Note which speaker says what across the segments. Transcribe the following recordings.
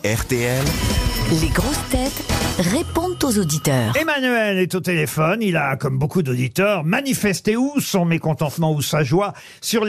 Speaker 1: RTL.
Speaker 2: Les grosses têtes répondent aux auditeurs.
Speaker 3: Emmanuel est au téléphone. Il a, comme beaucoup d'auditeurs, manifesté ou son mécontentement ou sa joie sur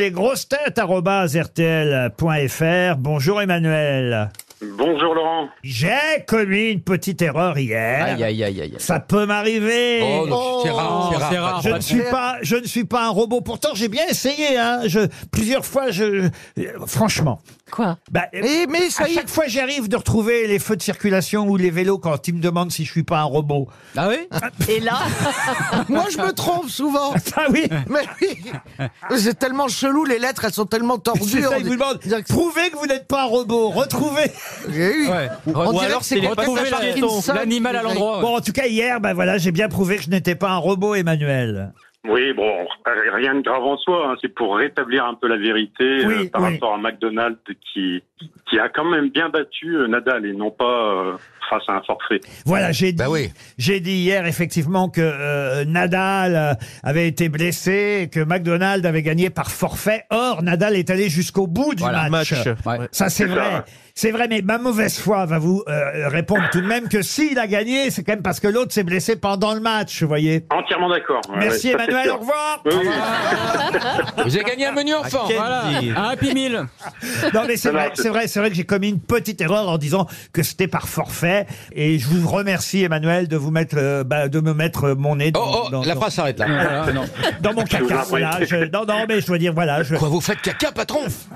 Speaker 3: lesgrossetêtes@rtl.fr. Bonjour Emmanuel.
Speaker 4: Bonjour Laurent.
Speaker 3: J'ai commis une petite erreur hier.
Speaker 5: Aïe.
Speaker 3: Ça peut m'arriver.
Speaker 5: C'est rare.
Speaker 3: Je ne suis pas un robot. Pourtant, j'ai bien essayé. Plusieurs fois, franchement.
Speaker 2: Quoi?
Speaker 3: Mais à chaque fois, j'arrive de retrouver les feux de circulation ou les vélos quand ils me demandent si je suis pas un robot.
Speaker 5: Ah oui?
Speaker 2: Et là,
Speaker 6: Moi, je me trompe souvent.
Speaker 3: Ah oui.
Speaker 6: Mais oui. C'est tellement chelou, les lettres, elles sont tellement tordues.
Speaker 3: C'est ça,
Speaker 6: on
Speaker 3: ils
Speaker 6: dit-
Speaker 3: vous demandent. Prouvez que vous n'êtes pas un robot. Retrouvez.
Speaker 6: Oui. On dirait que c'est
Speaker 5: retrouver l'animal à l'endroit.
Speaker 3: Bon, en tout cas, hier, j'ai bien prouvé que je n'étais pas un robot, Emmanuel.
Speaker 4: Oui, bon, rien de grave en soi, hein. C'est pour rétablir un peu la vérité par rapport à McDonald's qui a quand même bien battu Nadal et non pas face à un forfait.
Speaker 3: Voilà, j'ai dit hier effectivement que Nadal avait été blessé et que McDonald's avait gagné par forfait. Or, Nadal est allé jusqu'au bout du match.
Speaker 5: Ouais.
Speaker 3: Ça, c'est
Speaker 4: C'est
Speaker 3: vrai.
Speaker 4: ça.
Speaker 3: C'est vrai, mais ma mauvaise foi va vous répondre tout de même que s'il a gagné, c'est quand même parce que l'autre s'est blessé pendant le match, vous voyez.
Speaker 4: Entièrement d'accord.
Speaker 3: Merci
Speaker 4: Ouais, ça, c'est
Speaker 3: Emmanuel,
Speaker 4: sûr.
Speaker 3: au revoir.
Speaker 4: Oui.
Speaker 5: Vous avez gagné un menu enfant. Voilà. Un Happy Meal.
Speaker 3: Non mais c'est
Speaker 4: Non,
Speaker 3: vrai que j'ai commis une petite erreur en disant que c'était par forfait et je vous remercie Emmanuel de vous mettre de me mettre mon nez dans
Speaker 7: La phrase s'arrête là.
Speaker 3: dans mon
Speaker 4: Je vous
Speaker 3: caca.
Speaker 4: en prie.
Speaker 3: Voilà, non mais je dois dire voilà,
Speaker 7: Quoi, vous faites caca, patron?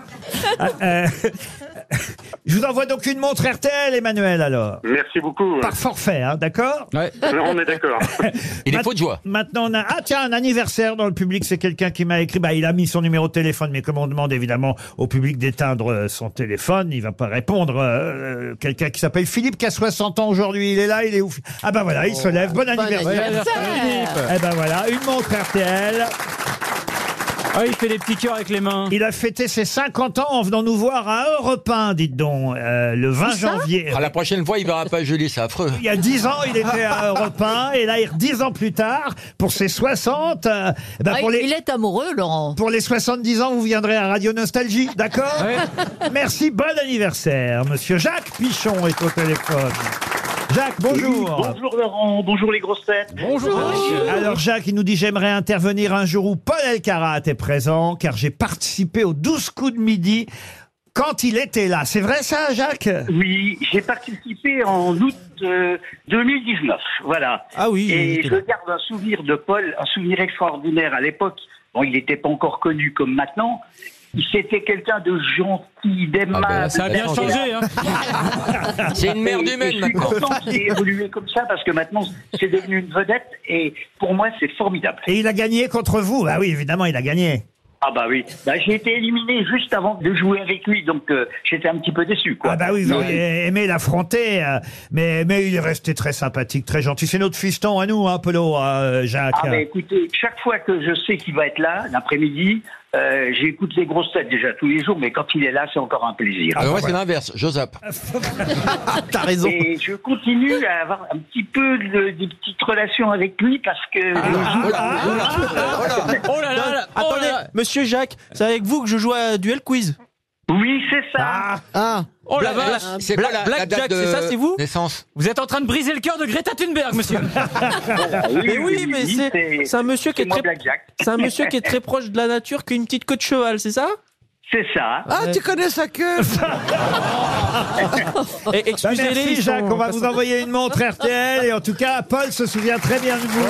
Speaker 3: je vous envoie donc une montre RTL Emmanuel alors.
Speaker 4: Merci beaucoup.
Speaker 3: Par forfait, d'accord.
Speaker 5: Ouais.
Speaker 4: On est d'accord.
Speaker 7: Il est faux de joie.
Speaker 3: Maintenant, on a un anniversaire dans le public. C'est quelqu'un qui m'a écrit. Il a mis son numéro de téléphone, mais comme on demande évidemment au public d'éteindre son téléphone, il va pas répondre. Quelqu'un qui s'appelle Philippe, qui a 60 ans aujourd'hui. Il est là, il est ouf. Ah bah voilà, il se lève. Bon anniversaire. Eh ben voilà, une montre RTL.
Speaker 5: Ah, il fait les petits cœurs avec les mains.
Speaker 3: Il a fêté ses 50 ans en venant nous voir à Europe 1, dites donc, le 20 janvier.
Speaker 7: La prochaine fois, il verra pas Julie, c'est affreux.
Speaker 3: Il y a 10 ans, il était à Europe 1, et là, 10 ans plus tard, pour ses 60,
Speaker 2: il est amoureux, Laurent.
Speaker 3: pour les 70 ans, vous viendrez à Radio Nostalgie, d'accord? Merci, bon anniversaire. Monsieur Jacques Pichon est au téléphone. Jacques, bonjour.
Speaker 8: Oui, bonjour Laurent, bonjour les grosses têtes.
Speaker 5: Bonjour.
Speaker 3: Alors Jacques, il nous dit: j'aimerais intervenir un jour où Paul Elkarat est présent, car j'ai participé aux 12 coups de midi quand il était là. C'est vrai ça, Jacques?
Speaker 8: Oui, j'ai participé en août 2019, voilà.
Speaker 5: Ah oui.
Speaker 8: Et je garde un souvenir de Paul, un souvenir extraordinaire à l'époque. Bon, il n'était pas encore connu comme maintenant. C'était quelqu'un de gentil, d'aimable.
Speaker 5: Ça a bien changé, hein.
Speaker 7: C'est une merde humaine
Speaker 8: Je suis
Speaker 7: maintenant.
Speaker 8: content qu'il ait évolué comme ça parce que maintenant c'est devenu une vedette et pour moi c'est formidable.
Speaker 3: Et il a gagné contre vous? Ah oui, évidemment, il a gagné.
Speaker 8: Ah bah oui, j'ai été éliminé juste avant de jouer avec lui, donc j'étais un petit peu déçu, quoi.
Speaker 3: Ah bah oui, vous auriez aimé l'affronter, mais il est resté très sympathique, très gentil. C'est notre fiston à nous, Polo, Jacques.
Speaker 8: Ah bah écoutez, chaque fois que je sais qu'il va être là, l'après-midi, j'écoute les grosses têtes déjà tous les jours, mais quand il est là, c'est encore un plaisir.
Speaker 7: Moi, c'est l'inverse, je zappe.
Speaker 3: T'as raison.
Speaker 8: Et je continue à avoir un petit peu des petites relations avec lui parce que...
Speaker 5: Oh là là.
Speaker 9: Attendez, monsieur Jacques, c'est avec vous que je joue à Duel Quiz.
Speaker 8: Oui, c'est ça.
Speaker 5: Oh la vache.
Speaker 7: C'est quoi la
Speaker 9: Black
Speaker 7: date
Speaker 9: Jack,
Speaker 7: de
Speaker 9: c'est ça, c'est vous
Speaker 7: naissance?
Speaker 5: Vous êtes en train de briser le cœur de Greta Thunberg, monsieur.
Speaker 9: Mais oui, mais c'est un monsieur qui est
Speaker 8: moi,
Speaker 9: très,
Speaker 8: Black Jack.
Speaker 9: c'est un monsieur qui est très proche de la nature, qui a une petite queue de cheval, c'est ça?
Speaker 8: C'est ça.
Speaker 6: Ah, tu connais sa queue.
Speaker 9: Excusez-les,
Speaker 3: Merci
Speaker 9: ils sont-
Speaker 3: Jacques, on va vous envoyer une montre RTL, et en tout cas, Paul se souvient très bien de vous.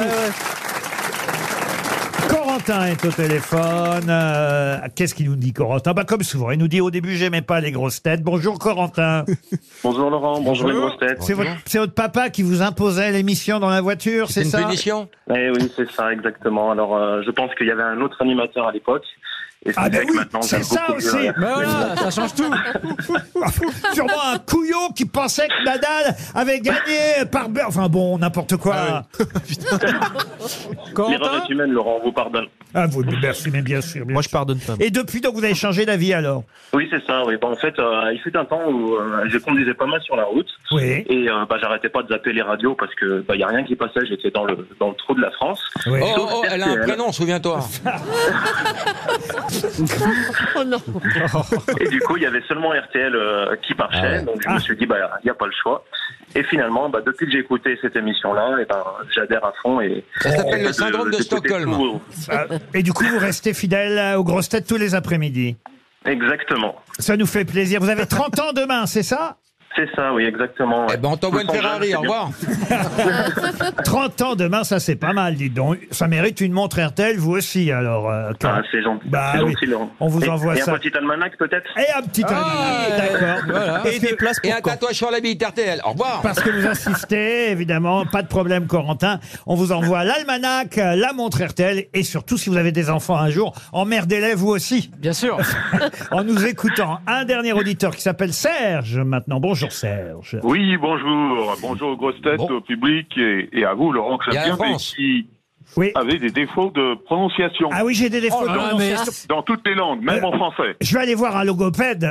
Speaker 3: Corentin est au téléphone. Qu'est-ce qu'il nous dit, Corentin? Comme souvent, il nous dit: au début, j'aimais pas les grosses têtes. Bonjour, Corentin.
Speaker 4: Bonjour Laurent, bonjour les grosses têtes.
Speaker 3: C'est votre papa qui vous imposait l'émission dans la voiture, c'est
Speaker 7: C'est une
Speaker 3: ça?
Speaker 7: punition?
Speaker 4: Eh oui, c'est ça, exactement. Alors, je pense qu'il y avait un autre animateur à l'époque. Et c'est vrai que maintenant,
Speaker 3: c'est
Speaker 4: j'aime
Speaker 3: ça
Speaker 4: beaucoup
Speaker 3: aussi.
Speaker 4: mieux.
Speaker 5: Ben voilà, ça change tout.
Speaker 3: Sûrement un couillon qui pensait que Nadal avait gagné par beurre. Enfin bon, n'importe quoi.
Speaker 4: L'erreur est humaine, Laurent, on vous pardonne.
Speaker 3: Ah, vous, merci, mais bien sûr.
Speaker 9: Moi, je pardonne pas.
Speaker 3: Et depuis, donc, vous avez changé d'avis alors?
Speaker 4: Oui, c'est ça, oui. En fait, il fut un temps où je conduisais pas mal sur la route.
Speaker 3: Oui.
Speaker 4: Et j'arrêtais pas de zapper les radios parce que y a rien qui passait, j'étais dans le trou de la France.
Speaker 3: Oui.
Speaker 7: Elle a un prénom, souviens-toi.
Speaker 1: Oh non.
Speaker 10: Et du coup, il y avait seulement RTL qui marchait, donc je me suis dit, il n'y a pas le choix. Et finalement, depuis que j'ai écouté cette émission-là, j'adhère à fond. Et
Speaker 7: ça s'appelle le syndrome de Stockholm.
Speaker 3: Et du coup, vous restez fidèle aux grosses têtes tous les après-midi.
Speaker 10: Exactement.
Speaker 3: Ça nous fait plaisir. Vous avez 30 ans demain, c'est ça ?
Speaker 10: C'est ça, oui, exactement.
Speaker 7: Eh ben, on t'envoie une Ferrari, au revoir.
Speaker 3: 30 ans demain, ça c'est pas mal, dites donc. Ça mérite une montre RTL, vous aussi, alors.
Speaker 10: C'est gentil.
Speaker 3: C'est
Speaker 10: gentil, Laurent.
Speaker 3: On vous envoie ça.
Speaker 10: Et un petit almanach, peut-être ?
Speaker 3: Et un petit almanach, d'accord.
Speaker 7: Voilà. Et un tatouage sur la bite RTL, au revoir.
Speaker 3: Parce que vous insistez, évidemment, pas de problème, Corentin. On vous envoie l'almanach, la montre RTL, et surtout, si vous avez des enfants un jour, emmerdez-les vous aussi.
Speaker 9: Bien sûr.
Speaker 3: En nous écoutant. Un dernier auditeur qui s'appelle Serge, maintenant. Bonjour Serge.
Speaker 11: Oui, bonjour. Bonjour aux grosses têtes, au public et à vous, Laurent, que j'aime bien, mais qui avez des défauts de prononciation.
Speaker 3: Ah oui, j'ai des défauts de prononciation.
Speaker 11: Dans toutes les langues, même en français.
Speaker 3: Je vais aller voir un logopède.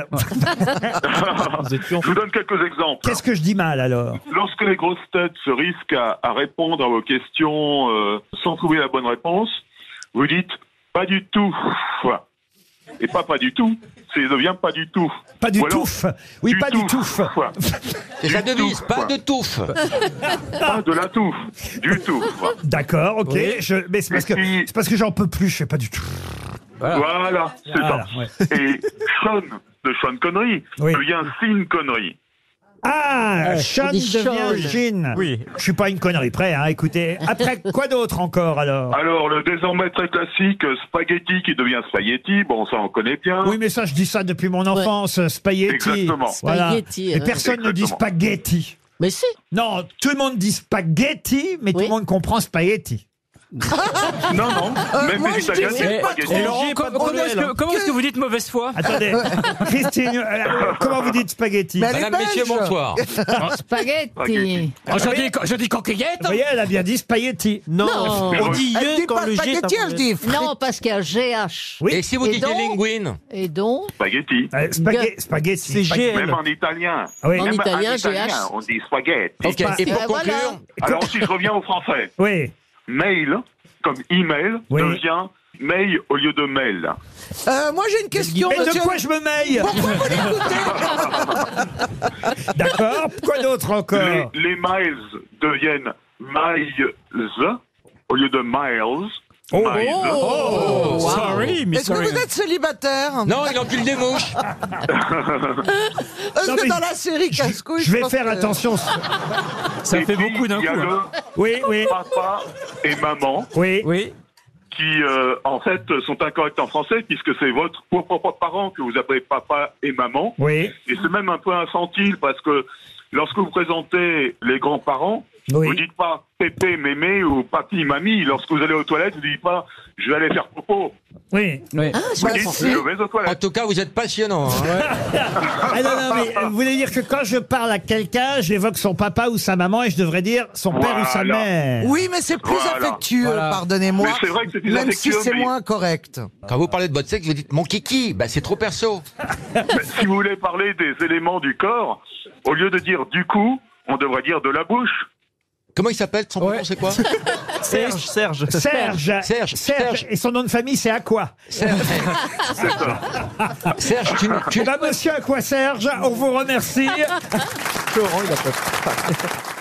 Speaker 11: Je vous donne quelques exemples.
Speaker 3: Qu'est-ce que je dis mal alors ?
Speaker 11: Lorsque les grosses têtes se risquent à répondre à vos questions sans trouver la bonne réponse, vous dites pas du tout. Et pas du tout, ça devient pas du tout.
Speaker 3: Pas du tout. Oui, pas du tout.
Speaker 7: C'est sa devise, pas de touffe.
Speaker 11: Pas de la touffe, du tout.
Speaker 3: D'accord, ok.
Speaker 11: Oui.
Speaker 3: Mais c'est parce que j'en peux plus, je fais pas du tout.
Speaker 11: Voilà, c'est ça.
Speaker 3: Ouais.
Speaker 11: Et Sean, de Sean Connery, devient Sean Connery.
Speaker 3: Ah, Sean devient Jean. Oui. Je suis pas une connerie près, hein, écoutez. Après, quoi d'autre encore alors ?
Speaker 11: Alors, le désormais très classique spaghetti qui devient spaghetti, bon, ça on connaît bien.
Speaker 3: Oui, mais ça, je dis ça depuis mon enfance, spaghetti.
Speaker 11: Exactement.
Speaker 3: Voilà.
Speaker 1: Spaghetti,
Speaker 3: Et personne ne dit spaghetti.
Speaker 1: Mais si.
Speaker 3: Non, tout le monde dit spaghetti, mais tout le monde comprend spaghetti.
Speaker 11: Non, même les Italiens disent spaghetti.
Speaker 9: Et Laurent, comment est-ce que vous dites mauvaise foi ?
Speaker 3: Attendez, Christine, comment vous dites spaghetti ?
Speaker 7: Madame, messieurs, bonsoir.
Speaker 1: Spaghetti.
Speaker 9: Je dis coquillette.
Speaker 3: Vous voyez, elle a bien dit spaghetti.
Speaker 9: Non, on dit
Speaker 6: Elle dit
Speaker 9: quand
Speaker 6: pas
Speaker 9: le G est
Speaker 6: spaghetti, elle dit
Speaker 1: Non, parce qu'il y a GH.
Speaker 3: Oui.
Speaker 7: Et si vous
Speaker 1: Et
Speaker 7: dites
Speaker 1: donc
Speaker 7: linguine ?
Speaker 1: Et donc
Speaker 11: Spaghetti.
Speaker 3: Spaghetti.
Speaker 9: C'est GL.
Speaker 11: Même en italien.
Speaker 3: Oui.
Speaker 1: En
Speaker 11: Même
Speaker 1: italien, GH.
Speaker 11: on dit spaghetti.
Speaker 7: Ok, et pour
Speaker 1: voilà.
Speaker 7: conclure,
Speaker 11: Alors si je reviens au français,
Speaker 3: Oui.
Speaker 11: mail, comme email,
Speaker 3: Oui.
Speaker 11: devient mail au lieu de mail.
Speaker 6: Moi j'ai une question,
Speaker 3: Mais de
Speaker 6: monsieur.
Speaker 3: quoi je me mêle ?
Speaker 6: Pourquoi vous l'écoutez?
Speaker 3: D'accord. Quoi d'autre encore ?
Speaker 11: Les miles deviennent miles au lieu de miles.
Speaker 3: Oh.
Speaker 11: Miles.
Speaker 1: Oh, wow.
Speaker 9: Sorry, mais
Speaker 6: Est-ce que vous êtes célibataire?
Speaker 7: non, il encule des mouches.
Speaker 6: Est-ce
Speaker 3: Non,
Speaker 6: que
Speaker 3: mais
Speaker 6: dans la série Casse-Couille,
Speaker 3: Je vais
Speaker 6: pense
Speaker 3: faire
Speaker 6: que-
Speaker 3: attention.
Speaker 9: ça
Speaker 11: Et
Speaker 9: fait
Speaker 11: puis,
Speaker 9: beaucoup d'un
Speaker 11: il y a
Speaker 9: coup.
Speaker 11: le
Speaker 3: Oui.
Speaker 11: papa et maman
Speaker 3: Oui.
Speaker 9: Oui.
Speaker 11: qui, en fait, sont incorrects en français puisque c'est votre propre parent que vous appelez papa et maman.
Speaker 3: Oui.
Speaker 11: Et c'est même un peu infantile parce que lorsque vous présentez les grands-parents,
Speaker 3: Oui.
Speaker 11: vous dites pas pépé, mémé ou papi, mamie. Lorsque vous allez aux toilettes, vous dites pas je vais aller faire popo.
Speaker 3: Oui.
Speaker 9: Oui.
Speaker 11: Vous dites je vais aux
Speaker 7: En
Speaker 11: toilettes.
Speaker 7: tout cas, vous êtes passionnant. Hein.
Speaker 3: Ah non, mais vous voulez dire que quand je parle à quelqu'un, j'évoque son papa ou sa maman et je devrais dire son père ou sa
Speaker 11: Voilà.
Speaker 3: mère.
Speaker 6: Oui, mais c'est plus
Speaker 11: Voilà.
Speaker 6: affectueux,
Speaker 9: Voilà.
Speaker 6: pardonnez-moi.
Speaker 11: Mais c'est vrai que c'est plus
Speaker 6: Même si
Speaker 11: affectueux,
Speaker 6: c'est
Speaker 11: mais-
Speaker 6: moins correct.
Speaker 7: Quand vous parlez de votre sexe, vous dites mon kiki. Bah, c'est trop perso.
Speaker 11: Mais si vous voulez parler des éléments du corps, au lieu de dire du cou, on devrait dire de la bouche.
Speaker 7: Comment il s'appelle son prénom, c'est quoi
Speaker 9: Serge.
Speaker 3: Serge. Et son nom de famille, c'est à quoi
Speaker 7: Serge,
Speaker 3: Eh ben, monsieur à quoi Serge, on vous remercie.
Speaker 9: Laurent, il a pas.